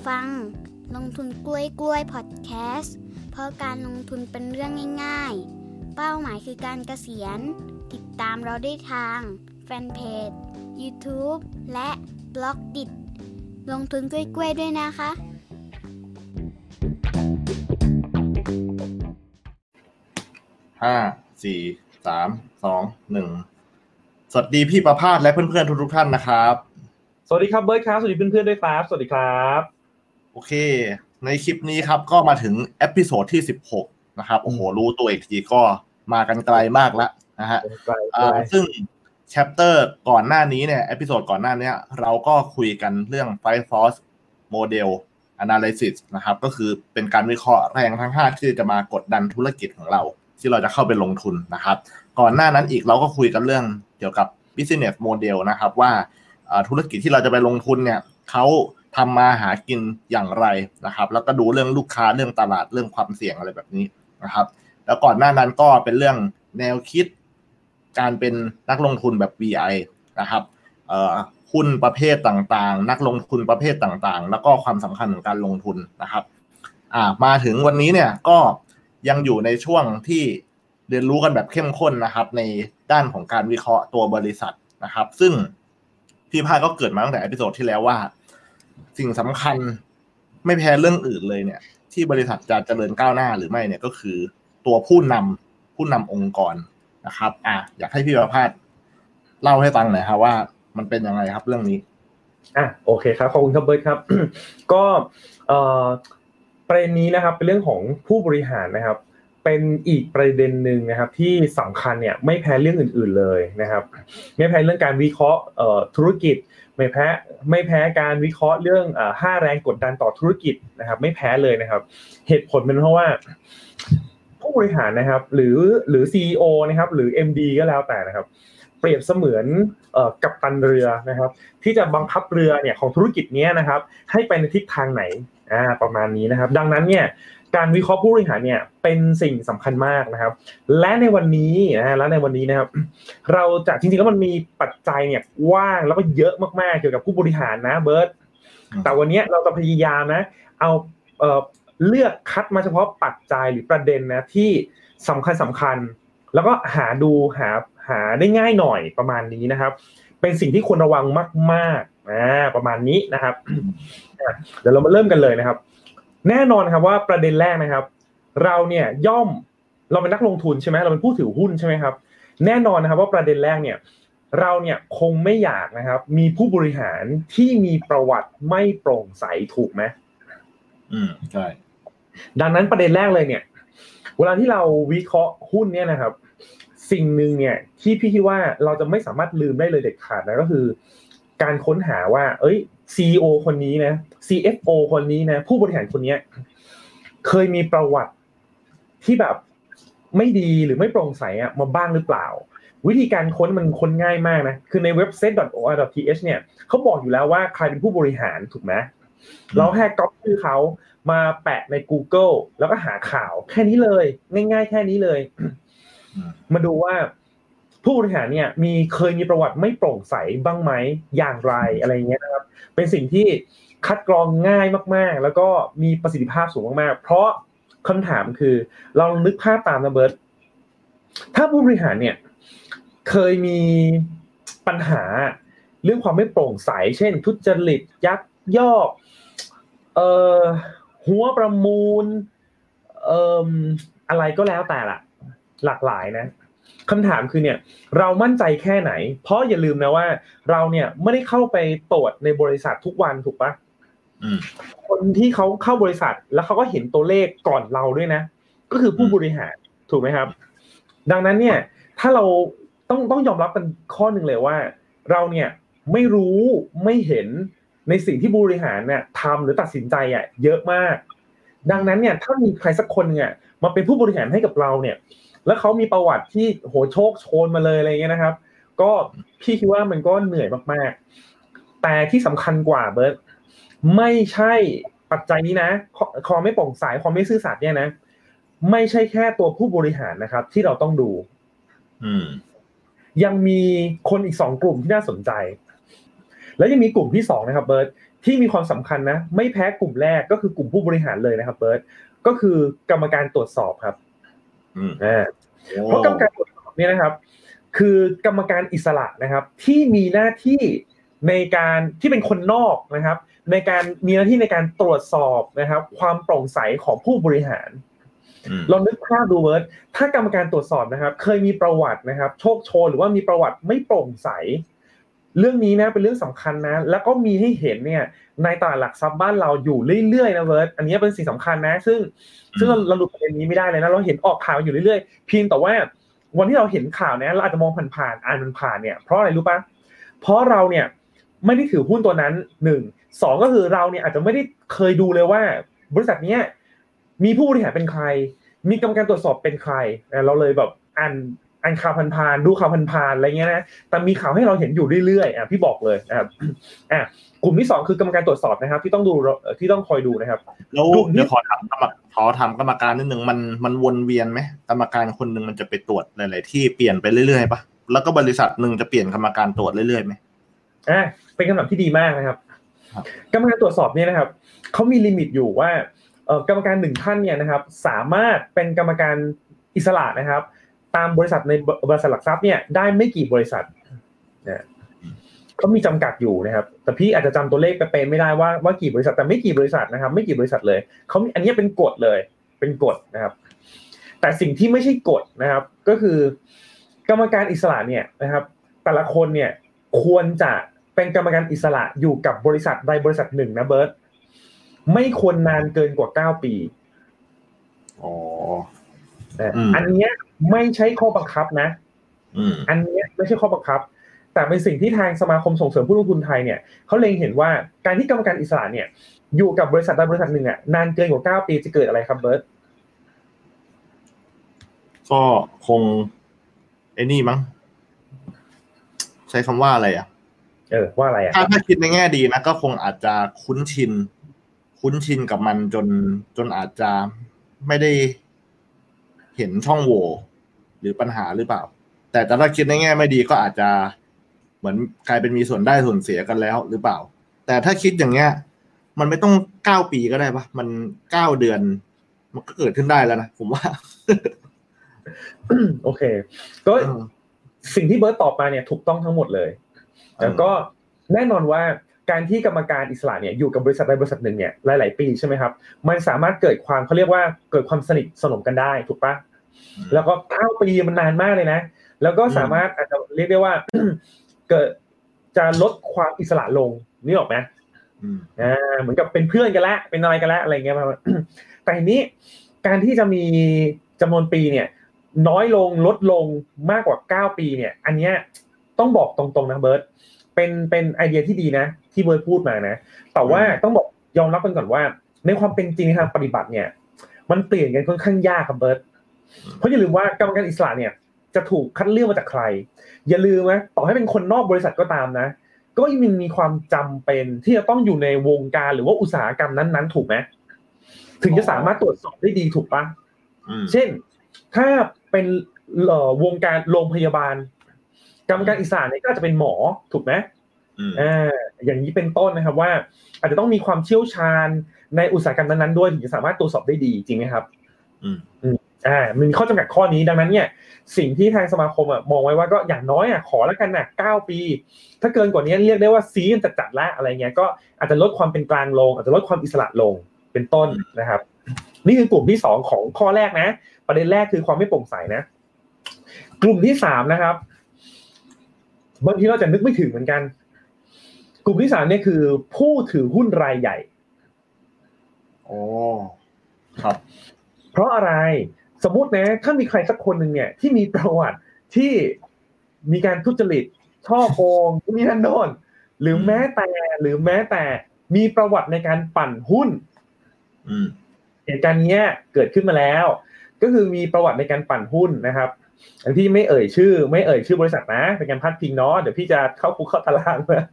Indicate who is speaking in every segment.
Speaker 1: ฟังลงทุนกล้วยพอดแคสต์เพราะการลงทุนเป็นเรื่องง่ายๆเป้าหมายคือการเกษียณติดตามเราได้ทางแฟนเพจ YouTube และบล็อกดิลงทุนกล้วยด้วยนะคะ
Speaker 2: สวัสดีพี่ประภาสและเพื่อนๆทุกท่านนะครับ
Speaker 3: สวัสดีครับเบิร์ดครับสวัสดีเพื่อนๆด้วยครับสวัสดีครับ
Speaker 2: โอเคในคลิปนี้ครับก็มาถึงเอพิโซดที่16นะครับโอ้โหรู้ตัวอีกทีก็มากันไกลมากแล้วนะฮะซึ่งแชปเตอร์ก่อนหน้านี้เนี่ยเอพิโซดก่อนหน้านี้เราก็คุยกันเรื่อง Five Force Model Analysis นะครับก็คือเป็นการวิเคราะห์แรงทั้ง5ที่จะมากดดันธุรกิจของเราที่เราจะเข้าไปลงทุนนะครับก่อนหน้านั้นอีกเราก็คุยกันเรื่องเกี่ยวกับ business model นะครับว่าธุรกิจที่เราจะไปลงทุนเนี่ยเขาทำมาหากินอย่างไรนะครับแล้วก็ดูเรื่องลูกค้าเรื่องตลาดเรื่องความเสี่ยงอะไรแบบนี้นะครับแล้วก่อนหน้านั้นก็เป็นเรื่องแนวคิดการเป็นนักลงทุนแบบ VI นะครับหุ้นประเภทต่างๆนักลงทุนประเภทต่างๆแล้วก็ความสำคัญของการลงทุนนะครับมาถึงวันนี้เนี่ยก็ยังอยู่ในช่วงที่เรียนรู้กันแบบเข้มข้นนะครับในด้านของการวิเคราะห์ตัวบริษัทนะครับซึ่งพี่ภาคก็เกิดมาตั้งแต่เอพิโซดที่แล้วว่าสิ่งสำคัญไม่แพ้เรื่องอื่นเลยเนี่ยที่บริษัทจะเจริญก้าวหน้าหรือไม่เนี่ยก็คือตัวผู้นำองค์กรนะครับอยากให้พี่ประภาสเล่าให้ฟังหน่อยครับว่ามันเป็นยังไงครับเรื่องนี้
Speaker 3: โอเคครับขอบคุณครับเบิร์ดครับ ก็ประเด็นนี้นะครับเป็นเรื่องของผู้บริหารนะครับเป็นอีกประเด็นหนึ่งนะครับที่สำคัญเนี่ยไม่แพ้เรื่องอื่นๆเลยนะครับไม่แพ้เรื่องการวิเคราะห์ธุรกิจไม่แพ้การวิเคราะห์เรื่อง5แรงกดดันต่อธุรกิจนะครับไม่แพ้เลยนะครับเหตุผลเป็นเพราะว่าผู้บริหารนะครับหรือ CEO นะครับหรือ MD ก็แล้วแต่นะครับเปรียบเสมือนกัปตันเรือนะครับที่จะบังคับเรือเนี่ยของธุรกิจนี้นะครับให้ไปในทิศทางไหนประมาณนี้นะครับดังนั้นเนี่ยการวิเคราะห์ผู้บริหารเนี่ยเป็นสิ่งสำคัญมากนะครับและในวันนี้นะครับเราจะจริงๆแล้วมันมีปัจจัยเนี่ยว่างแล้วก็เยอะมากๆเกี่ยวกับผู้บริหารนะเบิร์ตแต่วันนี้เราจะพยายามนะเอาเลือกคัดมาเฉพาะปัจจัยหรือประเด็นนะที่สำคัญแล้วก็หาได้ง่ายหน่อยประมาณนี้นะครับเป็นสิ่งที่ควรระวังมากๆประมาณนี้นะครับเดี๋ยวเรามาเริ่มกันเลยนะครับแน่นอนครับว่าประเด็นแรกนะครับเราเนี่ยเราเป็นนักลงทุนใช่ไหมเราเป็นผู้ถือหุ้นใช่ไหมครับแน่นอนนะครับว่าประเด็นแรกเนี่ยเราเนี่ยคงไม่อยากนะครับมีผู้บริหารที่มีประวัติไม่โปร่งใสถูกไหม
Speaker 2: ใช่
Speaker 3: ดังนั้นประเด็นแรกเลยเนี่ยเวลาที่เราวิเคราะห์หุ้นเนี่ยนะครับสิ่งหนึ่งเนี่ยที่พี่คิดว่าเราจะไม่สามารถลืมได้เลยเด็ดขาดนะก็คือการค้นหาว่าCEO คนนี้นะ CFO คนนี้นะผู้บริหารคนนี้เคยมีประวัติที่แบบไม่ดีหรือไม่โปร่งใสมาบ้างหรือเปล่าวิธีการค้นมันค้นง่ายมากนะคือในเว็บ set.or.th เนี่ยเขาบอกอยู่แล้วว่าใครเป็นผู้บริหารถูกไหมเราแค่ก๊อปชื่อเขามาแปะใน Google แล้วก็หาข่าวแค่นี้เลยง่ายๆแค่นี้เลยมาดูว่าผู้บริหารเนี่ยเคยมีประวัติไม่โปร่งใสบ้างไหมอย่างไรอะไรเงี้ยนะครับเป็นสิ่งที่คัดกรองง่ายมากๆแล้วก็มีประสิทธิภาพสูงมากๆเพราะคำถามคือเรานึกภาพตามนะเบิร์ตถ้าผู้บริหารเนี่ยเคยมีปัญหาเรื่องความไม่โปร่งใสเช่นทุจริตยักยอกหัวประมูลอะไรก็แล้วแต่ละหลากหลายนะคำถามคือเนี่ยเรามั่นใจแค่ไหนเพราะอย่าลืมนะว่าเราเนี่ยไม่ได้เข้าไปตรวจในบริษัททุกวันถูกปะคนที่เขาเข้าบริษัทแล้วเขาก็เห็นตัวเลขก่อนเราด้วยนะก็คือผู้บริหารถูกไหมครับดังนั้นเนี่ยถ้าเราต้องยอมรับกันข้อหนึ่งเลยว่าเราเนี่ยไม่รู้ไม่เห็นในสิ่งที่ผู้บริหารเนี่ยทำหรือตัดสินใจเยอะมากดังนั้นเนี่ยถ้ามีใครสักคนเนี่ยมาเป็นผู้บริหารให้กับเราเนี่ยแล้วเขามีประวัติที่โหโชคโชนมาเลยอะไรเงี้ยนะครับก็พี่คิดว่ามันก็เหนื่อยมากๆแต่ที่สำคัญกว่าเบิร์ตไม่ใช่ปัจจัยนี้นะความไม่โปร่งใสความไม่ซื่อสัตย์เนี่ยนะไม่ใช่แค่ตัวผู้บริหารนะครับที่เราต้องดูยังมีคนอีก2กลุ่มที่น่าสนใจแล้วยังมีกลุ่มที่2นะครับเบิร์ตที่มีความสำคัญนะไม่แพ้กลุ่มแรกก็คือกลุ่มผู้บริหารเลยนะครับเบิร์ตก็คือกรรมการตรวจสอบครับเพราะกรรมการตรวจสอบเนี่ยนะครับคือกรรมการอิสระนะครับที่มีหน้าที่ในการที่เป็นคนนอกนะครับในการมีหน้าที่ในการตรวจสอบนะครับความโปร่งใสของผู้บริหารลองนึกภาพดูเบิร์ตถ้ากรรมการตรวจสอบนะครับเคยมีประวัตินะครับโชคโชนหรือว่ามีประวัติไม่โปร่งใสเรื่องนี้นะเป็นเรื่องสำคัญนะแล้วก็มีให้เห็นเนี่ยในตลาดหลักทรัพย์บ้านเราอยู่เรื่อยๆนะเบิร์ตอันนี้เป็นสิ่งสำคัญนะซึ่งเราหลุดประเด็นนี้ไม่ได้เลยนะเราเห็นออกข่าวอยู่เรื่อยๆเพียงแต่ว่าวันที่เราเห็นข่าวเนี่ยเราอาจจะมองผ่านๆอ่านมันผ่านเนี่ยเพราะอะไรรู้ป่ะเพราะเราเนี่ยไม่ได้ถือหุ้นตัวนั้น1 2ก็คือเราเนี่ยอาจจะไม่ได้เคยดูเลยว่าบริษัทนี้มีผู้บริหารเป็นใครมีกรรมการตรวจสอบเป็นใครเราเลยแบบอ่านข่าวผ่านๆดูข่าวผ่านๆอะไรเงี้ยนะแต่มีข่าวให้เราเห็นอยู่เรื่อยๆพี่บอกเลยนะครับกลุ่มที่2คือกรรมการตรวจสอบนะครับที่ต้องดูที่ต้องคอยดูนะครับ
Speaker 2: แล้วเดี๋ยวขอถามกรรมการนิดนึงมันวนเวียนไหมกรรมการคนนึงมันจะไปตรวจหลายๆที่เปลี่ยนไปเรื่อยๆป่ะแล้วก็บริษัทนึงจะเปลี่ยนกรรมการตรวจเรื่อยๆไหม
Speaker 3: เป็นคำถามที่ดีมากนะครับกรรมการตรวจสอบเนี่ยนะครับเขามีลิมิตอยู่ว่ากรรมการ1ท่านเนี่ยนะครับสามารถเป็นกรรมการอิสระนะครับตามบริษัทในบริษัทหลักทรัพย์เนี่ยได้ไม่กี่บริษัทนะเขามีจำกัดอยู่นะครับแต่พี่อาจจะจำตัวเลขไปเป็นไม่ได้ว่ากี่บริษัทแต่ไม่กี่บริษัทนะครับไม่กี่บริษัทเลยเขาอันนี้เป็นกฎเลยเป็นกฎนะครับแต่สิ่งที่ไม่ใช่กฎนะครับก็คือกรรมการอิสระเนี่ยนะครับแต่ละคนเนี่ยควรจะเป็นกรรมการอิสระอยู่กับบริษัทใดบริษัทหนึ่งนะเบิร์ตไม่ควรนานเกินกว่า9 ปีอันนี้ไม่ใช่ข้อบังคับนะอันนี้ไม่ใช่ข้อบังคับแต่เป็นสิ่งที่ทางสมาคมส่งเสริมผู้ลงทุนไทยเนี่ยเขาเล็งเห็นว่าการที่กรรมการอิสระเนี่ยอยู่กับบริษัทใดบริษัทหนึ่งนานเกินกว่า9 ปีจะเกิดอะไรครับเบิร์ต
Speaker 2: ก็คงไอ้นี่มั้งใช้คำว่าอะไร
Speaker 3: ว่าอะไร
Speaker 2: ถ้าคิดในแง่ดีนะก็คงอาจจะคุ้นชินกับมันจนอาจจะไม่ได้เห็นช่องโหว่หรือปัญหาหรือเปล่าแต่ถ้าคิดในแง่ไม่ดีก็อาจจะเหมือนกลายเป็นมีส่วนได้ส่วนเสียกันแล้วหรือเปล่าแต่ถ้าคิดอย่างเงี้ยมันไม่ต้อง9 ปีก็ได้ปะมัน9 เดือนมันก็เกิดขึ้นได้แล้วนะผมว่า
Speaker 3: โอเคก็สิ่งที่เบิร์ตตอบมาเนี่ยถูกต้องทั้งหมดเลยแล้วก็แน่นอนว่าการที่กรรมการอิสระเนี่ยอยู่กับบริษัทใดบริษัทหนึ่งเนี่ยหลายๆปีใช่ไหมครับมันสามารถเกิดความเขาเรียกว่าเกิดความสนิทสนมกันได้ถูกปะแล้วก็9 ปีมันนานมากเลยนะแล้วก็สามารถอาจจะเรียกได้ว่าเกิดจะลดความอิสระลงนี่ออกไหมเหมือนกับเป็นเพื่อนกันแล้วเป็นอะไรกันแล้วอะไรเงี้ยแต่ทีนี้การที่จะมีจำนวนปีเนี่ยน้อยลงลดลงมากกว่า9 ปีเนี่ยอันเนี้ยต้องบอกตรงๆนะเบิร์ตเป็นไอเดียที่ดีนะที่เบิร์ตพูดมานะแต่ว่าต้องบอกยอมรับกันก่อนว่าในความเป็นจริงทางปฏิบัติเนี่ยมันเปลี่ยนกันค่อนข้างยากครับเบิร์ตเพราะอย่าลืมว่ากรรมการอิสระเนี่ยจะถูกคัดเลือกมาจากใครอย่าลืมนะต่อให้เป็นคนนอกบริษัทก็ตามนะก็ยังมีความจำเป็นที่จะต้องอยู่ในวงการหรือว่าอุตสาหกรรมนั้นๆถูกไหมถึงจะสามารถตรวจสอบได้ดีถูกปะเช่นถ้าเป็นวงการโรงพยาบาลกรรมการอิสระเนี่ยก็อาจจะเป็นหมอถูกไหมอย่างนี้เป็นต้นนะครับว่าอาจจะต้องมีความเชี่ยวชาญในอุตสาหกรรมนั้นๆด้วยถึงจะสามารถตรวจสอบได้ดีจริงไหมครับมีข้อจำกัดข้อนี้ดังนั้นเนี่ยสิ่งที่ทางสมาคมมองไว้ว่าก็อย่างน้อยขอแล้วกันนะ9 ปีถ้าเกินกว่านี้เรียกได้ว่าซีกันจัดๆแล้วอะไรเงี้ยก็อาจจะลดความเป็นกลางลงอาจจะลดความอิสระลงเป็นต้นนะครับนี่คือกลุ่มที่2ของข้อแรกนะประเด็นแรกคือความไม่โปร่งใสนะกลุ่มที่3นะครับบางทีเราจะนึกไม่ถึงเหมือนกันกลุ่มที่3เนี่ยคือผู้ถือหุ้นรายใหญ่
Speaker 2: ครับ
Speaker 3: เพราะอะไรสมมุตินะถ้ามีใครสักคนนึงเนี่ยที่มีประวัติที่มีการทุจริตช่อโกงนี่นั่นโน่นหรือแม้แต่มีประวัติในการปั่นหุ้นเหตุการณ์นี้เกิดขึ้นมาแล้วก็คือมีประวัติในการปั่นหุ้นนะครับพี่ไม่เอ่ยชื่อบริษัทนะเป็นการพาดพิงเนาะเดี๋ยวพี่จะเข้าคุกเข้าตารางนะ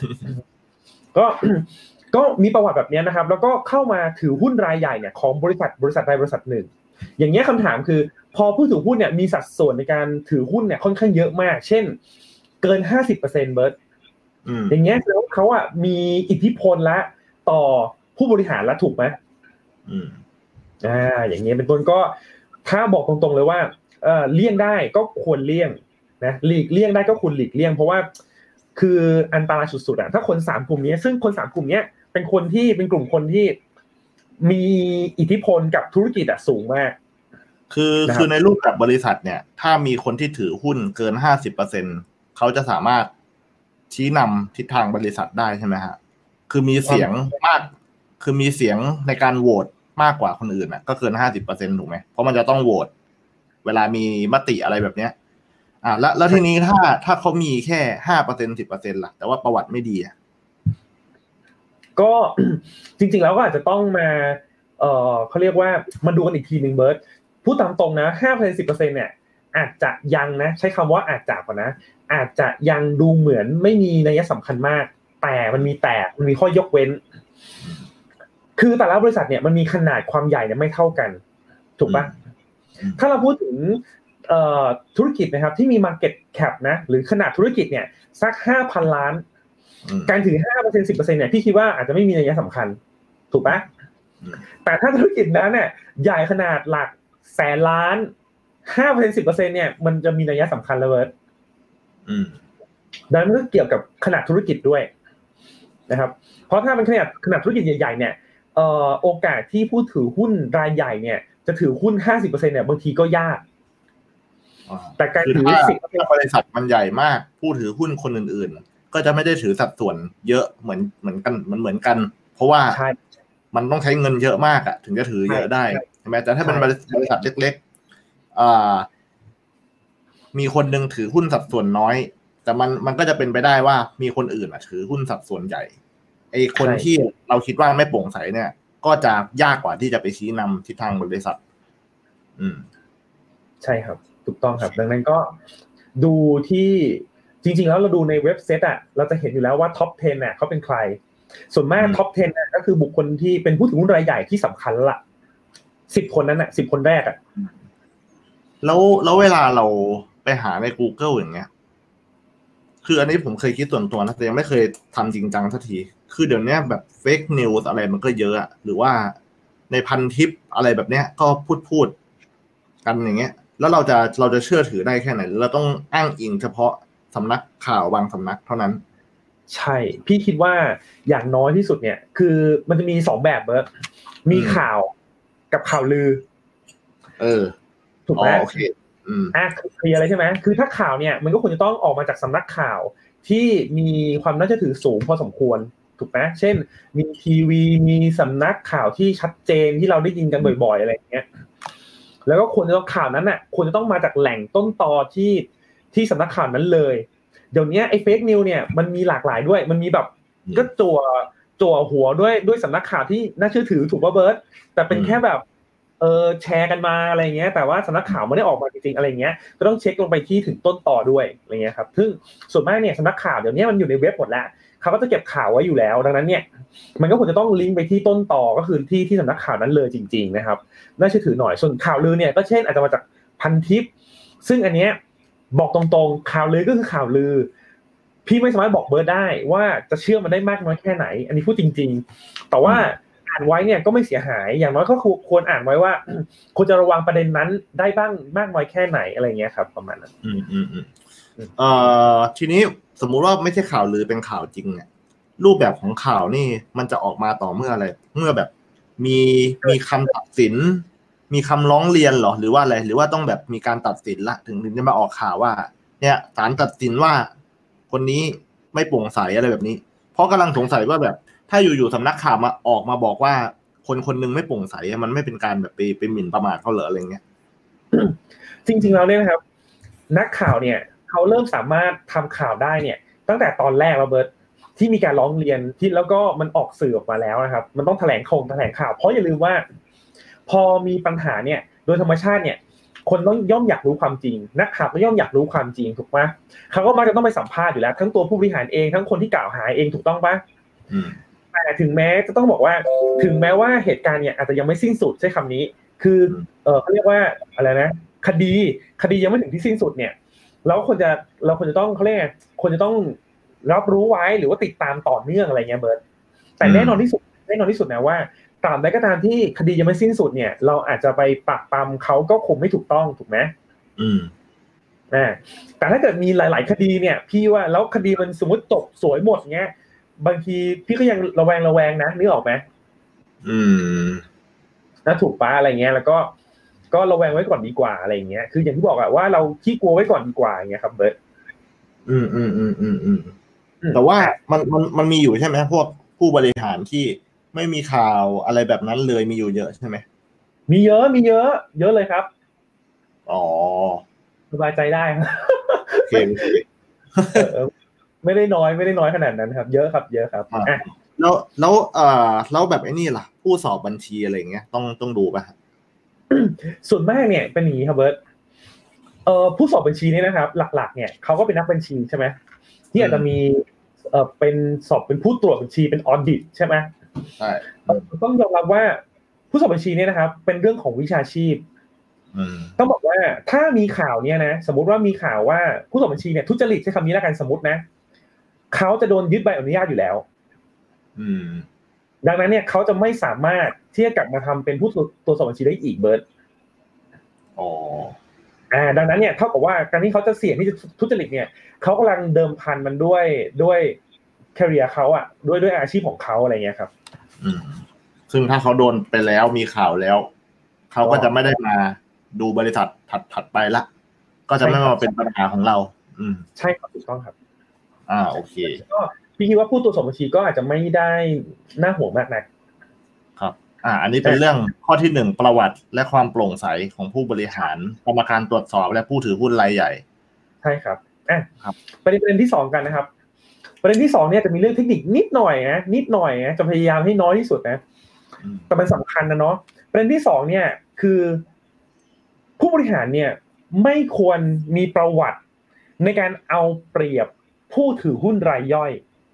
Speaker 3: ก็มีประวัติแบบนี้นะครับแล้วก็เข้ามาถือหุ้นรายใหญ่เนี่ยของบริษัทใดบริษัทหนึ่งอย่างเงี้ยคำถามคือพอผู้ถือหุ้นเนี่ยมีสัดส่วนในการถือหุ้นเนี่ยค่อนข้างเยอะมากเช่นเกิน 50% เบิร์ตอย่างเงี้ยแล้วเขาอ่ะมีอิทธิพลละต่อผู้บริหารละถูกไหมอย่างเงี้ยเป็นต้นก็ถ้าบอกตรงๆเลยว่าเลี่ยงได้ก็ควรเลี่ยงนะหลีกเลี่ยงได้ก็ควรหลีกเลี่ยงเพราะว่าคืออันตรายสุดๆอ่ะถ้าคน3กลุ่มนี้ซึ่งคน3กลุ่มนี้เป็นคนที่เป็นกลุ่มคนที่มีอิทธิพลกับธุรกิจอ่ะสูงมาก
Speaker 2: คือในรูปแบบบริษัทเนี่ยถ้ามีคนที่ถือหุ้นเกิน 50% เขาจะสามารถชี้นำทิศทางบริษัทได้ใช่ไหมฮะคือมีเสียงมากคือมีเสียงในการโหวตมากกว่าคนอื่นอ่ะก็เกิน 50% ถูกไหมเพราะมันจะต้องโหวตเวลามีมติอะไรแบบเนี้ยแล้วทีนี้ถ้าเขามีแค่ 5% 10% ล่ะแต่ว่าประวัติไม่ดีอ่ะ
Speaker 3: ก็จริงๆแล้วก็อาจจะต้องมาเขาเรียกว่ามาดูกันอีกทีนึงเบิร์ดพูดตามตรงนะ 5% 10% เนี่ยอาจจะยังนะใช้คำว่าอาจจะก่อนนะอาจจะยังดูเหมือนไม่มีนัยสำคัญมากแต่มันมีข้อยกเว้นคือแต่ละบริษัทเนี่ยมันมีขนาดความใหญ่เนี่ยไม่เท่ากันถูกปะถ้าเราพูดถึงธุรกิจนะครับที่มี market cap นะหรือขนาดธุรกิจเนี่ยสัก 5,000 ล้านการถือ 5% 10% เนี่ยพี่คิดว่าอาจจะไม่มีนัยสำคัญถูกปะแต่ถ้าธุรกิจนั้นเนี่ยใหญ่ขนาดหลักแสนล้าน 5% 10% เนี่ยมันจะมีนัยสำคัญเลยเว้ยดังนั้นก็เกี่ยวกับขนาดธุรกิจด้วยนะครับเพราะถ้าเป็นขนาดธุรกิจใหญ่ๆเนี่ยโอกาสที่ผู้ถือหุ้นรายใหญ่เนี่ยจะถือหุ้น 50% เนี่ยบางทีก็ยากแต่การถือ
Speaker 2: ถ้าบริษัทมันใหญ่มากผู้ถือหุ้นคนอื่นๆก็จะไม่ได้ถือสัดส่วนเยอะเหมือนกันเพราะว่ามันต้องใช้เงินเยอะมากอ่ะถึงจะถือเยอะได้ใช่ไหมแต่ถ้าเป็นบริษัทเล็กๆมีคนนึงถือหุ้นสัดส่วนน้อยแต่มันก็จะเป็นไปได้ว่ามีคนอื่นถือหุ้นสัดส่วนใหญ่ไอ้คนที่เราคิดว่าไม่โปร่งใสเนี่ยก็จะยากกว่าที่จะไปชี้นำทิศทางบริษัท
Speaker 3: ใช่ครับถูกต้องครับดังนั้นก็ดูที่จริงๆแล้วเราดูในเว็บเซตเราจะเห็นอยู่แล้วว่าท็อป 10เขาเป็นใครส่วนมากท็อป 10ก็คือบุคคลที่เป็นผู้ถือหุ้นรายใหญ่ที่สำคัญละ10 คนนั้น10 คนแรก
Speaker 2: แล้วเวลาเราไปหาใน Google อย่างเงี้ยคืออันนี้ผมเคยคิดส่วนตัวนะแต่ยังไม่เคยทำจริงจังสักทีคือเดี๋ยวนี้แบบเฟกนิวส์อะไรมันก็เยอะหรือว่าในพันทิปอะไรแบบเนี้ยก็พูดกันอย่างเงี้ยแล้วเราจะเชื่อถือได้แค่ไหนเราต้องอ้างอิงเฉพาะสำนักข่าวบางสำนักเท่านั้น
Speaker 3: ใช่พี่คิดว่าอย่างน้อยที่สุดเนี่ยคือมันจะมี2แบบเบิร์ดมีข่าวกับข่าวลือถูกไหม
Speaker 2: โอเค
Speaker 3: เคลียร์อะไรใช่ไหมคือถ้าข่าวเนี่ยมันก็ควรจะต้องออกมาจากสำนักข่าวที่มีความน่าเชื่อถือสูงพอสมควรถูกไหมเช่นมีทีวีมีสำนักข่าวที่ชัดเจนที่เราได้ยินกันบ่อยๆอะไรอย่างเงี้ยแล้วก็ควรจะต้องข่าวนั้นน่ะควรจะต้องมาจากแหล่งต้นตอที่สำนักข่าวนั้นเลยเดี๋ยวนี้ไอ้เฟกนิวเนี่ยมันมีหลากหลายด้วยมันมีแบบก็จั่วหัวด้วยสำนักข่าวที่น่าเชื่อถือถูกป่ะเบิร์ดแต่เป็นแค่แบบแชร์กันมาอะไรเงี้ยแต่ว่าสำนักข่าวไม่ได้ออกมาจริงๆอะไรเงี้ยก็ต้องเช็คลงไปที่ถึงต้นต่อด้วยอะไรเงี้ยครับซึ่งส่วนมากเนี่ยสำนักข่าวเดี๋ยวนี้มันอยู่ในเว็บหมดแล้วเขาก็จะเก็บข่าวไว้อยู่แล้วดังนั้นเนี่ยมันก็ควรจะต้องลิงก์ไปที่ต้นต่อก็คือที่สำนักข่าวนั้นเลยจริงๆนะครับน่าเชื่อถือหน่อยส่วนข่าวลือเนี่ยก็เช่นอาจจะมาจากพันทิปซึ่งอันเนี้ยบอกตรงๆข่าวลือก็คือข่าวลือพี่ไม่สามารถบอกเบิร์ดได้ว่าจะเชื่อมันได้มากน้อยแค่ไหนอันนี้พูดจริงๆแต่ว่าอ่านไว้เนี่ยก็ไม่เสียหายอย่างน้อยก็ควรอ่านไว้ว่าควรจะระวังประเด็นนั้นได้บ้างมากน้อยแค่ไหนอะไรเงี้ยครับประมาณนั้น
Speaker 2: ทีนี้สมมุติว่าไม่ใช่ข่าวลือเป็นข่าวจริงเนี่ยรูปแบบของข่าวนี่มันจะออกมาต่อเมื่ออะไรเมื่อแบบมีคำตัดสินมีคำร้องเรียนหรอหรือว่าอะไรหรือว่าต้องแบบมีการตัดสินละถึงจะมาออกข่าวว่าเนี่ยศาลตัดสินว่าคนนี้ไม่โปร่งใสอะไรแบบนี้เพราะกำลังสงสัยว่าแบบถ้าอยู่ๆสำนักข่าวมาออกมาบอกว่าคนนึงไม่โปร่งใสมันไม่เป็นการแบบไปหมิ่นประมาทเขาเหรออะไรเงี้ย
Speaker 3: จริงๆแล้วเนี่ยนะครับนักข่าวเนี่ยเขาเริ่มสามารถทำข่าวได้เนี่ยตั้งแต่ตอนแรกแล้วเบิร์ตที่มีการร้องเรียนที่แล้วก็มันออกสื่อออกมาแล้วนะครับมันต้องแถลงข่าวเพราะอย่าลืมว่าพอมีปัญหาเนี่ยโดยธรรมชาติเนี่ยคนต้องย่อมอยากรู้ความจริงนักข่าวก็ย่อมอยากรู้ความจริงถูกไหมเขาก็มักจะต้องไปสัมภาษณ์อยู่แล้วทั้งตัวผู้บริหารเองทั้งคนที่กล่าวหาเองถูกต้องปะแต่ถึงแม้จะต้องบอกว่าถึงแม้ว่าเหตุการณ์เนี่ยอาจจะยังไม่สิ้นสุดใช้คำนี้คือเขาเรียกว่าอะไรนะคดียังไม่ถึงที่สิ้นสุดเนี่ยเราควรจะต้องเขาเรียกควรจะต้องรับรู้ไว้หรือว่าติดตามต่อเนื่องอะไรเงี้ยเบิร์ตแต่แน่นอนที่สุดนะว่าตราบใดก็ตามที่คดียังไม่สิ้นสุดเนี่ยเราอาจจะไปปราบปรามเขาก็คงไม่ถูกต้องถูกไหมแต่ถ้าเกิดมีหลายๆคดีเนี่ยพี่ว่าแล้วคดีมันสมมติจบสวยหมดเงี้ยบางทีพี่ก็ยังระแวงนะนึกออกไหมนะถูกปะอะไรเงี้ยแล้วก็ระแวงไว้ก่อนดีกว่าอะไรเงี้ยคืออย่างที่บอกอะว่าเราขี้กลัวไว้ก่อนดีกว่าอย่างเงี้ยครับเบิร์ต
Speaker 2: แต่ว่ามันมีอยู่ใช่ไหมพวกผู้บริหารที่ไม่มีข่าวอะไรแบบนั้นเลยมีอยู่เยอะใช่ไหม
Speaker 3: มีเยอะเลยครับ
Speaker 2: อ๋อ
Speaker 3: สบายใจได้
Speaker 2: โอเค
Speaker 3: ไม่ได้น้อยขนาดนั้นครับเยอะครับ
Speaker 2: แล้วแบบไอ้นี่ล่ะผู้สอบบัญชีอะไรเงี้ยต้องดูป่ะ
Speaker 3: ส่วนมากเนี่ยเป็นอย่างนี้ครับเบิร์ตผู้สอบบัญชีนี่นะครับหลักๆเนี่ยเขาก็เป็นนักบัญชีใช่ไหมที่อาจจะมีเป็นสอบเป็นผู้ตรวจบัญชีเป็นออดิตใช่ไหม
Speaker 2: ใช่
Speaker 3: ต้องยอมรับว่าผู้สอบบัญชีเนี่ยนะครับเป็นเรื่องของวิชาชีพต้องบอกว่าถ้ามีข่าวเนี่ยนะสมมุติว่ามีข่าวว่าผู้สอบบัญชีเนี่ยทุจริตใช้คำนี้แล้วกันสมมตินะเขาจะโดนยึดใบอนุญาตอยู่แล้วดังนั้นเนี่ยเขาจะไม่สามารถที่จะกลับมาทำเป็นผู้ตรวจสอบบัญชีได้อีกเบิร์ตดังนั้นเนี่ยเท่ากับว่าการที่เขาจะเสี่ยงที่จะทุจริตเนี่ยเขากำลังเดิมพันมันด้วยแคริเอร์เขาอ่ะด้วยอาชีพของเขาอะไรเงี้ยครับ
Speaker 2: ซึ่งถ้าเขาโดนไปแล้วมีข่าวแล้วเขาก็จะไม่ได้มาดูบริษัทถัดไปละก็จะไม่มาเป็นปัญหาของเรา
Speaker 3: ใช่ครับถูกต้องครับ
Speaker 2: โอเค
Speaker 3: ก็พี่คิดว่าผู้ตรวจสอบบัญชีก็อาจจะไม่ได้น่าห่วงมากนัก
Speaker 2: ครับอันนี้เป็นเรื่องข้อที่1ประวัติและความโปร่งใสของผู้บริหารกรรมการตรวจสอบและผู้ถือหุ้นรายใหญ่
Speaker 3: ใช่ครับประเด็นที่2กันนะครับประเด็นที่2เนี่ยจะมีเรื่องเทคนิคนิดหน่อยนะจะพยายามให้น้อยที่สุดนะแต่มันสำคัญนะเนาะประเด็นที่2เนี่ยคือผู้บริหารเนี่ยไม่ควรมีประวัติในการเอาเปรียบผู้ถือหุ้นรายย่อย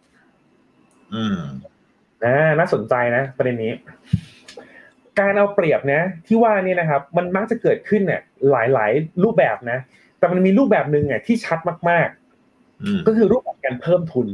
Speaker 3: น่าสนใจนะประเด็นนี้การเอาเปรียบนะที่ว่านี่นะครับมันมักจะเกิดขึ้นเนี่ยหลายรูปแบบนะแต่มันมีรูปแบบนึงเนี่ยที่ชัดมากๆก็คือรูปแบบการเพิ่มทุน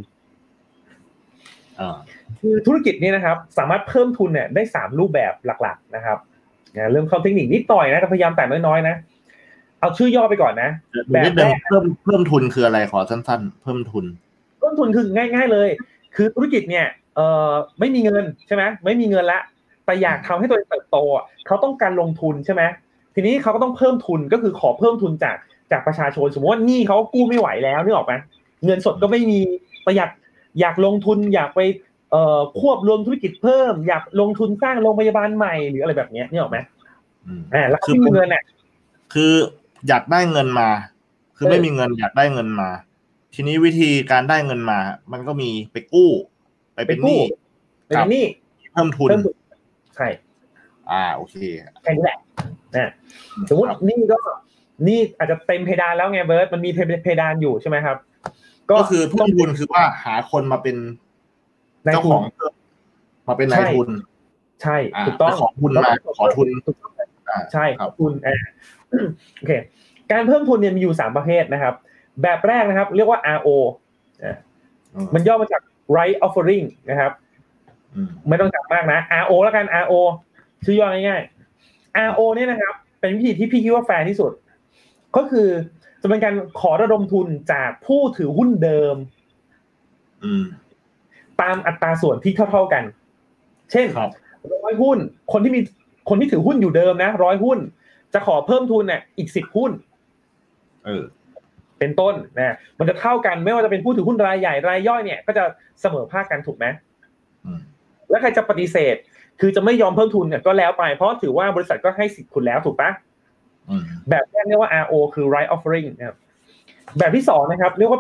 Speaker 3: คือธุรกิจนี้นะครับสามารถเพิ่มทุนเนี่ยได้3รูปแบบหลักๆนะครับเรื่องเข้าเทคนิคนิดหน่อยนะแต่พยายามแต่น้อยๆนะเอาชื่อย่อไปก่อนนะ
Speaker 2: แบบแรกเพิ่มทุนคืออะไรขอสั้นๆเพิ่มทุน
Speaker 3: คือง่ายๆเลยคือธุรกิจเนี่ยไม่มีเงินใช่ไหมไม่มีเงินละแต่อยากทำให้ตัวเองเติบโตเขาต้องการลงทุนใช่ไหมทีนี้เขาก็ต้องเพิ่มทุนก็คือขอเพิ่มทุนจากประชาชนสมมติว่าหนี้เขากู้ไม่ไหวแล้วนึกออกไหมเงินสดก็ไม่มีประหยัดอยากลงทุนอยากไปควบรวมธุรกิจเพิ่มอยากลงทุนสร้างโรงพยาบาลใหม่หรืออะไรแบบนี้นึกออกไหมแล้วคือมีเงินเนี่ย
Speaker 2: คืออยากได้เงินมาคือไม่มีเงินอยากได้เงินมาทีนี้วิธีการได้เงินมามันก็มีไปกู้ไปเป็นหนี้
Speaker 3: เ
Speaker 2: พิ่มทุน
Speaker 3: ใช่
Speaker 2: โอเค
Speaker 3: แค่นี้แหละสมมตินี่อาจจะเต็มเพดานแล้วไงเบิร์ตมันมีเพดานอยู่ใช่ไหมครับ
Speaker 2: ก็คือเพิ่มทุนคือว่าหาคนมาเป็นเจ้าของมาเป็นนายทุน
Speaker 3: ใช่ถูกต้อง
Speaker 2: ขอทุนมาขอทุน
Speaker 3: ใช่ขอทุนโอเคการเพิ่มทุนเนี่ยมีอยู่3ประเภทนะครับแบบแรกนะครับเรียกว่า RO มันย่อมาจาก right offering นะครับไม่ต้องจำมากนะ RO แล้วกัน RO ชื่อย่อง่ายๆ RO เนี่ยนะครับเป็นวิธีที่พี่คิดว่าแฟร์ที่สุดก็คือจะเป็นการขอระดมทุนจากผู้ถือหุ้นเดิมตามอัตราส่วนที่เท่าๆกันเช่น100หุ้นคนที่ถือหุ้นอยู่เดิมนะ100หุ้นจะขอเพิ่มทุนเนี่ยอีก10หุ้นเป็นต้นนะมันจะเท่ากันไม่ว่าจะเป็นผู้ถือหุ้นรายใหญ่รายย่อยเนี่ยก็จะเสมอภาคกันถูกไหมแล้วใครจะปฏิเสธคือจะไม่ยอมเพิ่มทุนเนี่ยก็แล้วไปเพราะถือว่าบริษัทก็ให้สิทธิ์คุณแล้วถูกปะแบบแรกเรียกว่า RO คือ right offering นะครับแบบที่2นะครับเรียกว่า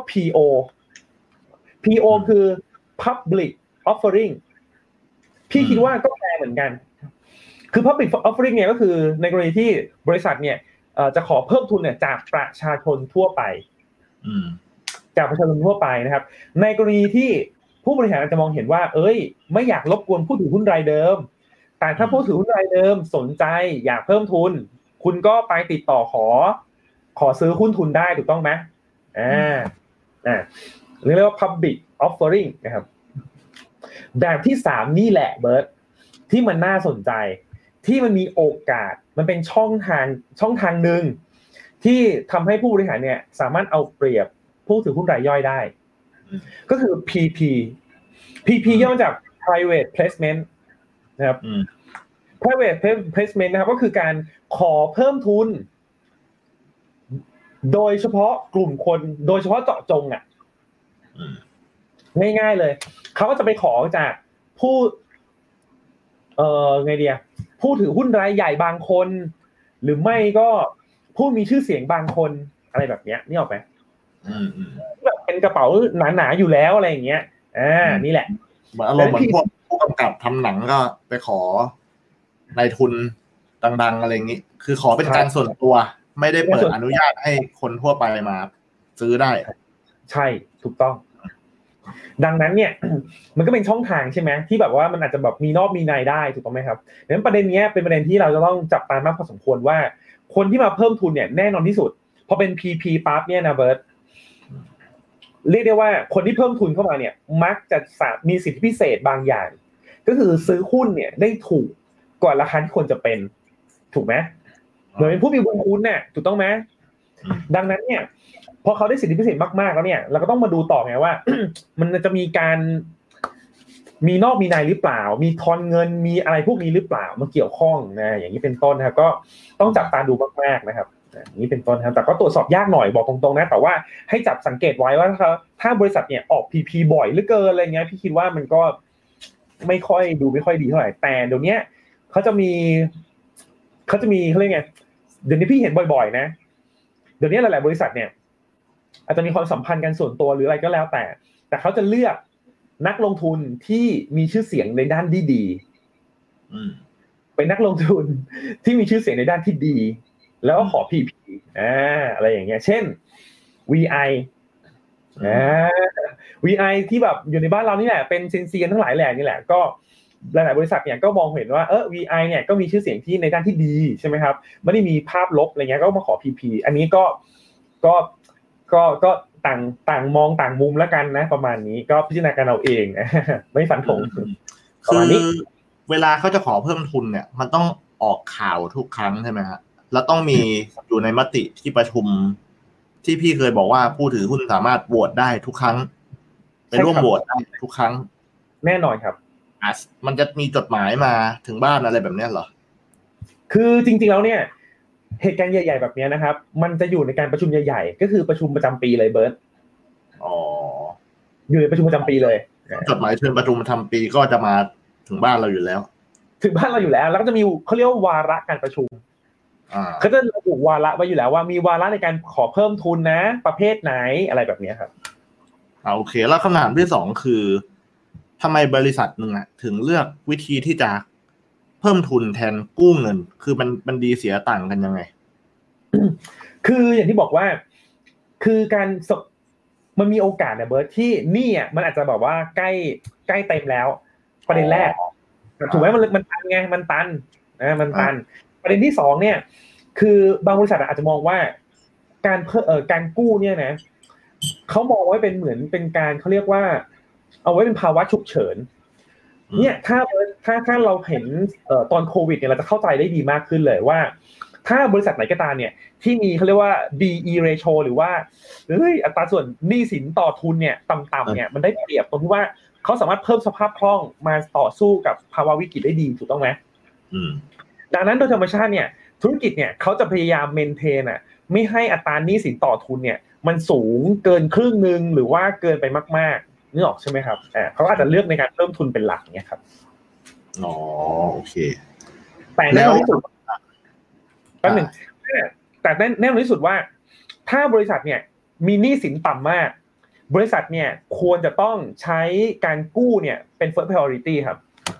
Speaker 3: PO คือ public offering พี่คิดว่าก็แปลเหมือนกันคือ public offering เนี่ยก็คือในกรณีที่บริษัทเนี่ยจะขอเพิ่มทุนเนี่ยจากประชาชนทั่วไปจากประชาชนทั่วไปนะครับในกรณีที่ผู้บริหารอาจจะมองเห็นว่าไม่อยากรบกวนผู้ถือหุ้นรายเดิมแต่ถ้าผู้ถือหุ้นรายเดิมสนใจอยากเพิ่มทุนคุณก็ไปติดต่อขอซื้อหุ้นทุนได้ถูกต้องไหมเรียกว่า public offering นะครับแบบที่3นี่แหละเบิร์ตที่มันน่าสนใจที่มันมีโอกาสมันเป็นช่องทางนึงที่ทำให้ผู้บริหารเนี่ยสามารถเอาเปรียบผู้ถือหุ้นรายย่อยได้ก็คือ PP ย่อมาจาก private placement นะครับ private placement นะครับก็คือการขอเพิ่มทุนโดยเฉพาะกลุ่มคนโดยเฉพาะเจาะจงอ่ะง่ายๆเลยเขาก็จะไปขอจากผู้ไงดีอะผู้ถือหุ้นรายใหญ่บางคนหรือไม่ก็ผู้มีชื่อเสียงบางคนอะไรแบบเนี้ยนี่ออกไหมแบบเป็นกระเป๋าหนาๆอยู่แล้วอะไรอย่างเงี้ยนี่แหละ
Speaker 2: อารมณ์เหมือนพวกผู้กำกับทำหนังก็ไปขอนายทุนดังๆอะไรอย่างงี้คือขอเป็นการส่วนตัวไม่ได้เปิดอนุญาตให้คนทั่วไปมาซื้อได้
Speaker 3: ใช่ถูกต้องดังนั้นเนี่ยมันก็เป็นช่องทางใช่ไหมที่แบบว่ามันอาจจะแบบมีนอกมีในได้ถูกต้องไหมครับดังนั้นประเด็นนี้เป็นประเด็นที่เราจะต้องจับตามากพอสมควรว่าคนที่มาเพิ่มทุนเนี่ยแน่นอนที่สุดพอเป็น PP ปั๊บเนี่ยนะเบิร์ตเรียกได้ว่าคนที่เพิ่มทุนเข้ามาเนี่ยมักจะมีสิทธิพิเศษบางอย่างก็คือซื้อหุ้นเนี่ยได้ถูกกว่าราคาที่ควรจะเป็นถูกไหมเหมือนเป็นผู้มีบุญคุณเนี่ยถูกต้องไหมดังนั้นเนี่ยพอเขาได้สิทธิพิเศษมากๆแล้วเนี่ยเราก็ต้องมาดูต่อไงว่า มันจะมีการมีนอกมีในหรือเปล่ามีทอนเงินมีอะไรพวกนี้หรือเปล่ามาเกี่ยวข้องนะอย่างนี้เป็นต้นนะครับก็ต้องจับตาดูมากๆนะครับอย่างนี้เป็นต้นครับแต่ก็ตรวจสอบยากหน่อยบอกตรงๆนะแต่ว่าให้จับสังเกตไว้ว่าถ้าบริษัทเนี่ยออก PP บ่อยเหลือเกินอะไรเงี้ยพี่คิดว่ามันก็ไม่ค่อยดีเท่าไหร่แต่เดี๋ยวนี้เขาจะมีเขาเรียกไงเดี๋ยวนี้พี่เห็นบ่อยๆนะเดี๋ยวนี้หลายๆบริษัทเนี่ยอาจจะมีความสัมพันธ์กันส่วนตัวหรืออะไรก็แล้วแต่เขาจะเลือกนักลงทุนที่มีชื่อเสียงในด้านที่ดีเป็นนักลงทุนที่มีชื่อเสียงในด้านที่ดีแล้วก็ขอ PP อะไรอย่างเงี้ยเช่น VI VI ที่แบบอยู่ในบ้านเรานี่แหละเป็นเซียนทั้งหลายแหล่นี่แหละก็หลายๆบริษัทเนี่ยก็มองเห็นว่าVI เนี่ยก็มีชื่อเสียงที่ในด้านที่ดีใช่ไหมครับไม่ได้มีภาพลบอะไรเงี้ยก็มาขอ PP อันนี้ก็ต่างมองต่างมุมแล้วกันนะประมาณนี้ก็พิจารณากันเอาเองไม่ฝันถง
Speaker 2: คือเวลาเขาจะขอเพิ่มทุนเนี่ยมันต้องออกข่าวทุกครั้งใช่ไหมฮะแล้วต้องมีอยู่ในมติที่ประชุมที่พี่เคยบอกว่าผู้ถือหุ้นสามารถโหวตได้ทุกครั้งไปร่วมโหวตได้ทุกครั้ง
Speaker 3: แน่นอนครับ
Speaker 2: มันจะมีจดหมายมาถึงบ้านอะไรแบบนี้เหรอ
Speaker 3: คือจริงๆแล้วเนี่ยเหตุการณ์ใหญ่ๆแบบนี้นะครับมันจะอยู่ในการประชุมใหญ่ๆก็คือประชุมประจำปีเลยเบิร์ตอยู่ในประชุมประจำปีเลย
Speaker 2: จดหมายเชิญประชุมประจำปีก็จะมาถึงบ้านเราอยู่แล้ว
Speaker 3: ถึงบ้านเราอยู่แล้วแล้วก็จะมีเขาเรียกว่าวาระการประชุมเขาจะระบุวาระไว้อยู่แล้วว่ามีวาระในการขอเพิ่มทุนนะประเภทไหนอะไรแบบนี้ครับ
Speaker 2: โอเคแล้วคำถามที่2คือทำไมบริษัทนึงถึงเลือกวิธีที่จะเพิ่มทุนแทนกู้เงินคือมันดีเสียต่างกันยังไง
Speaker 3: คืออย่างที่บอกว่าคือการมันมีโอกาสนะเบิร์ตที่นี่มันอาจจะแบบว่าใกล้เต็มแล้วประเด็นแรกถูกไหมมันตันไงมันตันประเด็นที่2เนี่ยคือบางบริษัทอาจจะมองว่าการกู้เนี่ยนะเขามองไว้เป็นเหมือนเป็นการเขาเรียกว่าเอาไว้เป็นภาวะฉุกเฉินเนี่ยถ้าเราเห็นตอนโควิดเนี่ยเราจะเข้าใจได้ดีมากขึ้นเลยว่าถ้าบริษัทไหนก็ตามเนี่ยที่มีเขาเรียกว่า DE ratio หรือว่าอัตราส่วนหนี้สินต่อทุนเนี่ยต่ำๆเนี่ยมันได้เปรียบตรงที่ว่าเขาสามารถเพิ่มสภาพคล่องมาต่อสู้กับภาวะวิกฤตได้ดีถูกต้องไหมดังนั้นโดยธรรมชาติเนี่ยธุรกิจเนี่ยเขาจะพยายามเมนเทนไม่ให้อัตราหนี้สินต่อทุนเนี่ยมันสูงเกินครึ่งนึงหรือว่าเกินไปมากๆนึกออกใช่ไหมครับเขาอาจจะเลือกในการเพิ่มทุนเป็นหลักเนี่ยครับ
Speaker 2: โอเค
Speaker 3: แต่แน่นอนที่สุดแป๊บนึงแต่แน่นอนที่สุดว่าถ้าบริษัทเนี่ยมีหนี้สินต่ำมากบริษัทเนี่ยควรจะต้องใช้การกู้เนี่ยเป็น first priority ครับ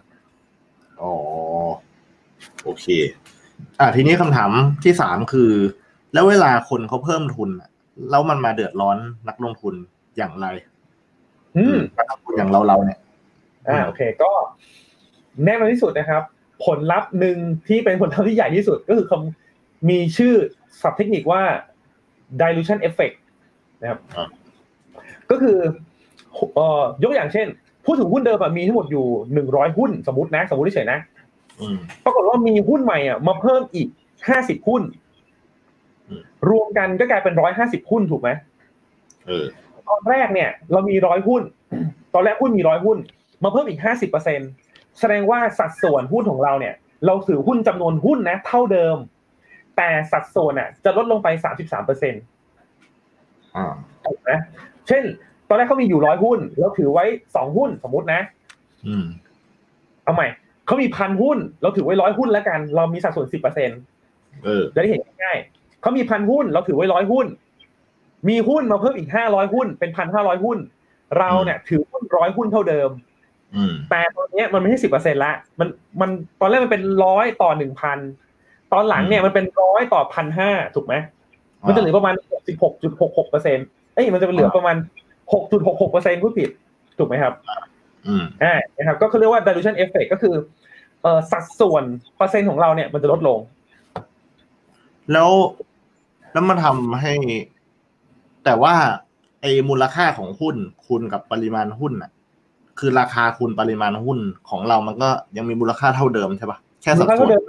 Speaker 2: โอเคทีนี้คำถามที่3คือแล้วเวลาคนเขาเพิ่มทุนแล้วมันมาเดือดร้อนนักลงทุนอย่างไรนักลงทุนอย่างเราเนี่ย
Speaker 3: โอเคก็แน่นอนที่สุดนะครับผลลัพธ์หนึ่งที่เป็นผลลัพธ์ที่ใหญ่ที่สุดก็คือมีชื่อศัพท์เทคนิคว่า dilution effect นะครับก็คือยกอย่างเช่นผู้ถือหุ้นเดิมมีทั้งหมดอยู่100หุ้นสมมุติเฉยๆนะปรากฏว่ามีหุ้นใหม่มาเพิ่มอีก50หุ้นรวมกันก็กลายเป็น150หุ้นถูกไหมตอนแรกเนี่ยเรามี100หุ้นตอนแรกหุ้นมี100หุ้นมาเพิ่มอีก 50% แสดงว่าสัดส่วนหุ้นของเราเนี่ยเราถือหุ้นจำนวนหุ้นนะเท่าเดิมแต่สัดส่วนจะลดลงไป 33% ถูกไหมเช่นตอนแรกเขามีอยู่100หุ้นเราถือไว้2หุ้นสมมุตินะเอาใหม่เขามี1,000หุ้นเราถือไว้100หุ้นแล้วกันเรามีสัดส่วน 10% จะได้เห็นง่ายๆเขามี1,000หุ้นเราถือไว้100หุ้นมีหุ้นมาเพิ่มอีก500หุ้นเป็น 1,500 หุ้นเราเนี่ยถือหุ้น100หุ้นเท่าเดิมแต่ตอนนี้มันไม่ใช่ 10% ละมันตอนแรกมันเป็น100ต่อ 1,000 ตอนหลังเนี่ยมันเป็น100ต่อ 1,500 ถูกไหมมันจะเหลือประมาณ 66.66% มันจะเหลือประมาณ 6.66% พูดผิดถูกไหมครับนะครับก็คือเรียกว่า dilution effect ก็คือสัดส่วนเปอร์เซ็นต์ของเราเนี่ยมันจะลดลง
Speaker 2: แล้วมันทำให้แต่ว่าไอ้มูลค่าของหุ้นคูณกับปริมาณหุ้นคือราคาคูณปริมาณหุ้นของเรามันก็ยังมีมูลค่าเท่าเดิมใช่ป่ะแค่สัด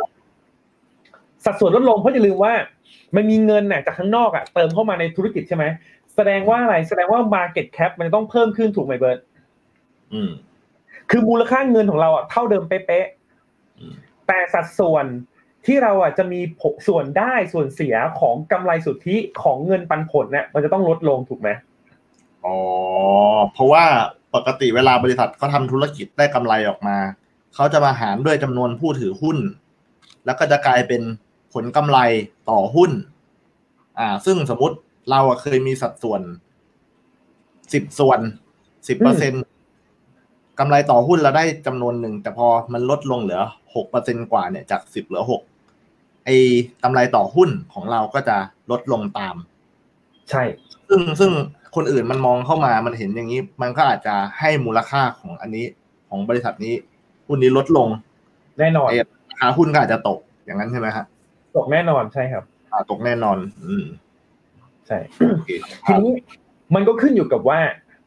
Speaker 3: ส่วนลดลงเพราะอย่าลืมว่ามันมีเงินจากข้างนอกเติมเข้ามาในธุรกิจใช่ไหมแสดงว่าอะไรแสดงว่า market cap มันต้องเพิ่มขึ้นถูกไหมเบิร์ตคือมูลค่าเงินของเราเท่าเดิมเป๊ะๆแต่สัดส่วนที่เราจะมีส่วนได้ส่วนเสียของกำไรสุทธิของเงินปันผลเนี่ยมันจะต้องลดลงถูกไหม
Speaker 2: เพราะว่าปกติเวลาบริษัทเขาทำธุรกิจได้กำไรออกมาเขาจะมาหารด้วยจำนวนผู้ถือหุ้นแล้วก็จะกลายเป็นผลกำไรต่อหุ้นซึ่งสมมติเราเคยมีสัดส่วน10% กำไรต่อหุ้นเราได้จำนวนหนึ่งแต่พอมันลดลงเหลือ 6% กว่าเนี่ยจาก10เหลือ6ไอ้กำไรต่อหุ้นของเราก็จะลดลงตาม
Speaker 3: ใช่
Speaker 2: ซึ่งคนอื่นมันมองเข้ามามันเห็นอย่างนี้มันก็อาจจะให้มูลค่าของอันนี้ของบริษัทนี้หุ้นนี้ลดลง
Speaker 3: แน่นอน
Speaker 2: ราคาหุ้นก็อาจจะตกอย่างนั้นใช่ไหมครับ
Speaker 3: ตกแน่นอนใช่ครับ
Speaker 2: ตกแน่นอน
Speaker 3: ใช่ทีนี้มันก็ขึ้นอยู่กับว่า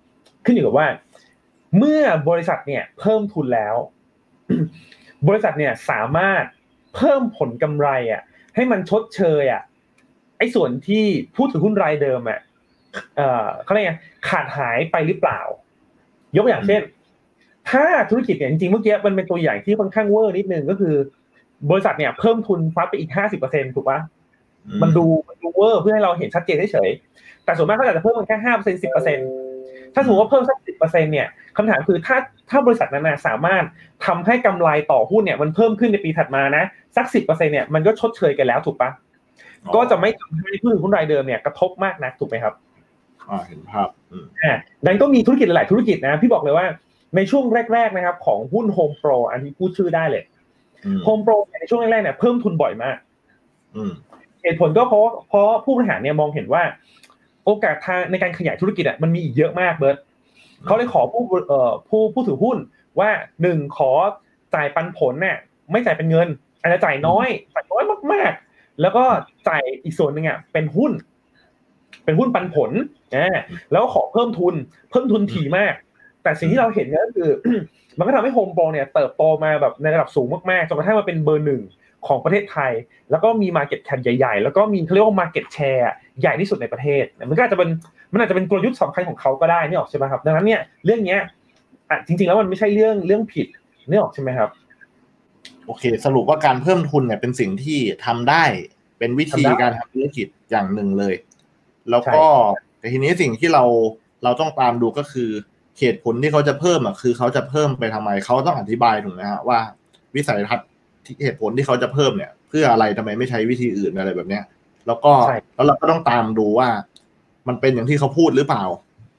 Speaker 3: เมื่อบริษัทเนี่ยเพิ่มทุนแล้วบริษัทเนี่ยสามารถเพิ่มผลกำไรให้มันชดเชยไอ้ส่วนที่ผู้ถือหุ้นรายเดิมเขาเรียกขาดหายไปหรือเปล่ายกอย่างเช่นถ้าธุรกิจเนี่ยจริงๆเมื่อกี้มันเป็นตัวอย่างที่ค่อนข้างเวอร์นิดนึงก็คือบริษัทเนี่ยเพิ่มทุนฟัดไปอีก 50% ถูกป่ะมันดูเวอร์เพื่อให้เราเห็นชัดเจนเฉยๆแต่ส่วนมากเขาอาจจะเพิ่มมันแค่ 5% 10% ถ้าสมมติว่าเพิ่มสัก 10% เนี่ยคำถามคือถ้าบริษัทนั้นสามารถทำให้กำไรต่อหุ้นเนี่ยมันเพิ่มขึ้นในปีถัดมานะสัก 10% เนี่ยมันก็ชดเชยกันแล้วถูกป่ะก็จะไม่ทำให้ผู้ถือหุ้นรายเดิมเนี่ยกระทบมากนักถูกไหมครับ
Speaker 2: เห็นภาพ
Speaker 3: ดังนั้นก็มีธุรกิจหลายธุรกิจนะพี่บอกเลยว่าในช่วงแรกๆนะครับของหุ้น Home Pro อันที่พูดชื่อได้เลย Home Pro ในช่วงแรกๆเนี่ยเพิ่มทุนบ่อยมากเหตุผลก็เพราะผู้บริหารเนี่ยมองเห็นว่าโอกาสทางในการขยายธุรกิจมันมีอีกเยอะมากเบิร์ตเขาเลยขอผู้ถือหุ้นว่า1ขอจ่ายปันผลเนี่ยไม่จ่ายเป็นเงินอาจจะจ่ายน้อยมากๆแล้วก็จ่ายอีกส่วนนึงเป็นหุ้นปันผลแล้วขอเพิ่มทุนถี่มากแต่สิ่งที่เราเห็นก็คือ มันก็ทำให้โฮมโปรเนี่ยเติบโตมาแบบในระดับสูงมากๆจนกระทั่งมาเป็นเบอร์1ของประเทศไทยแล้วก็มี market cap ใหญ่ๆแล้วก็มีเขาเรียกว่า market share ใหญ่ที่สุดในประเทศมันอาจจะเป็นกลยุทธ์สำคัญของเขาก็ได้นี่ออกใช่ไหมครับดังนั้นเนี่ยเรื่องนี้จริงๆแล้วมันไม่ใช่เรื่องผิดนี่ออกใช่ไหมครับ
Speaker 2: โอเคสรุปว่าการเพิ่มทุนเนี่ยเป็นสิ่งที่ทำได้เป็นวิธีการทำธุรกิจอย่างหนึ่งเลยแล้วก็แต่ทีนี้สิ่งที่เราต้องตามดูก็คือเหตุผลที่เขาจะเพิ่มคือเขาจะเพิ่มไปทำไมเขาต้องอธิบายถูกไหมฮะว่าวิสัยทัศน์เหตุผลที่เขาจะเพิ่มเนี่ยเพื่ออะไรทำไมไม่ใช้วิธีอื่นอะไรแบบเนี้ยแล้วเราก็ต้องตามดูว่ามันเป็นอย่างที่เขาพูดหรือเปล่า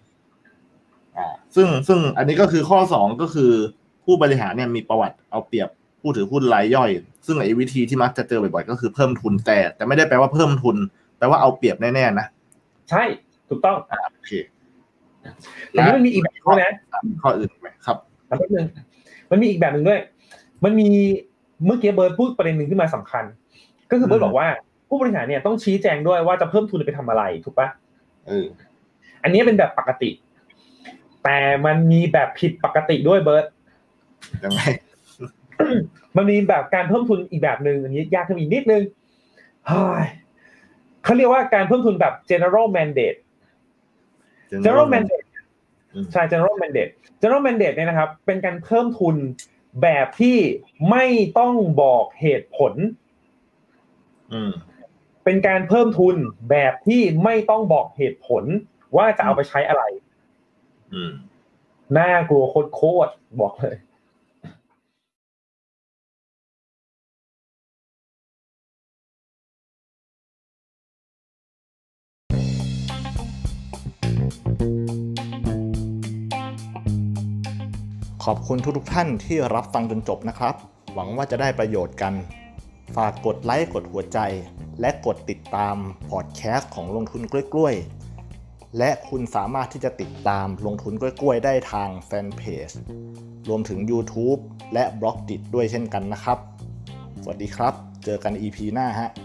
Speaker 2: ซึ่งอันนี้ก็คือข้อ2ก็คือผู้บริหารเนี่ยมีประวัติเอาเปรียบผู้ถือหุ้นรายย่อยซึ่งไอ้วิธีที่มักจะเจอบ่อยๆก็คือเพิ่มทุนแต่ไม่ได้แปลว่าเพิ่มทุนแปลว่าเอาเปรียบแน่ๆนะ
Speaker 3: ใช่ถูกต้อง
Speaker 2: โอเค
Speaker 3: แต่นี่มันมีอีกแบบนึงนะ
Speaker 2: ข้ออื่นไหมครับ
Speaker 3: นิดนึงมันมีอีกแบบนึงด้วยมันมีเมื่อกี้เบิร์ดพูดประเด็นนึงขึ้นมาสำคัญก็คือเบิร์ดบอกว่าผู้บริหารเนี่ยต้องชี้แจงด้วยว่าจะเพิ่มทุนไปทำอะไรถูกป่ะอันนี้เป็นแบบปกติแต่มันมีแบบผิดปกติด้วยเบิร์ต
Speaker 2: ยังไง
Speaker 3: มันมีแบบการเพิ่มทุนอีกแบบนึงอันนี้ยากขึ้นอีกนิดนึงเขาเรียกว่าการเพิ่มทุนแบบ general mandate general mandate ใช่ general mandate เนี่ยนะครับเป็นการเพิ่มทุนแบบที่ไม่ต้องบอกเหตุผลเป็นการเพิ่มทุนแบบที่ไม่ต้องบอกเหตุผลว่าจะเอาไปใช้อะไรน่ากลัวโคตรบอกเลย
Speaker 2: ขอบคุณทุกท่านที่รับฟังจนจบนะครับหวังว่าจะได้ประโยชน์กันฝากกดไลค์กดหัวใจและกดติดตามพอดแคสต์ของลงทุนกล้วยๆและคุณสามารถที่จะติดตามลงทุนกล้วยๆได้ทางแฟนเพจรวมถึง YouTube และ Blogdit ด้วยเช่นกันนะครับสวัสดีครับเจอกัน EP หน้าฮะ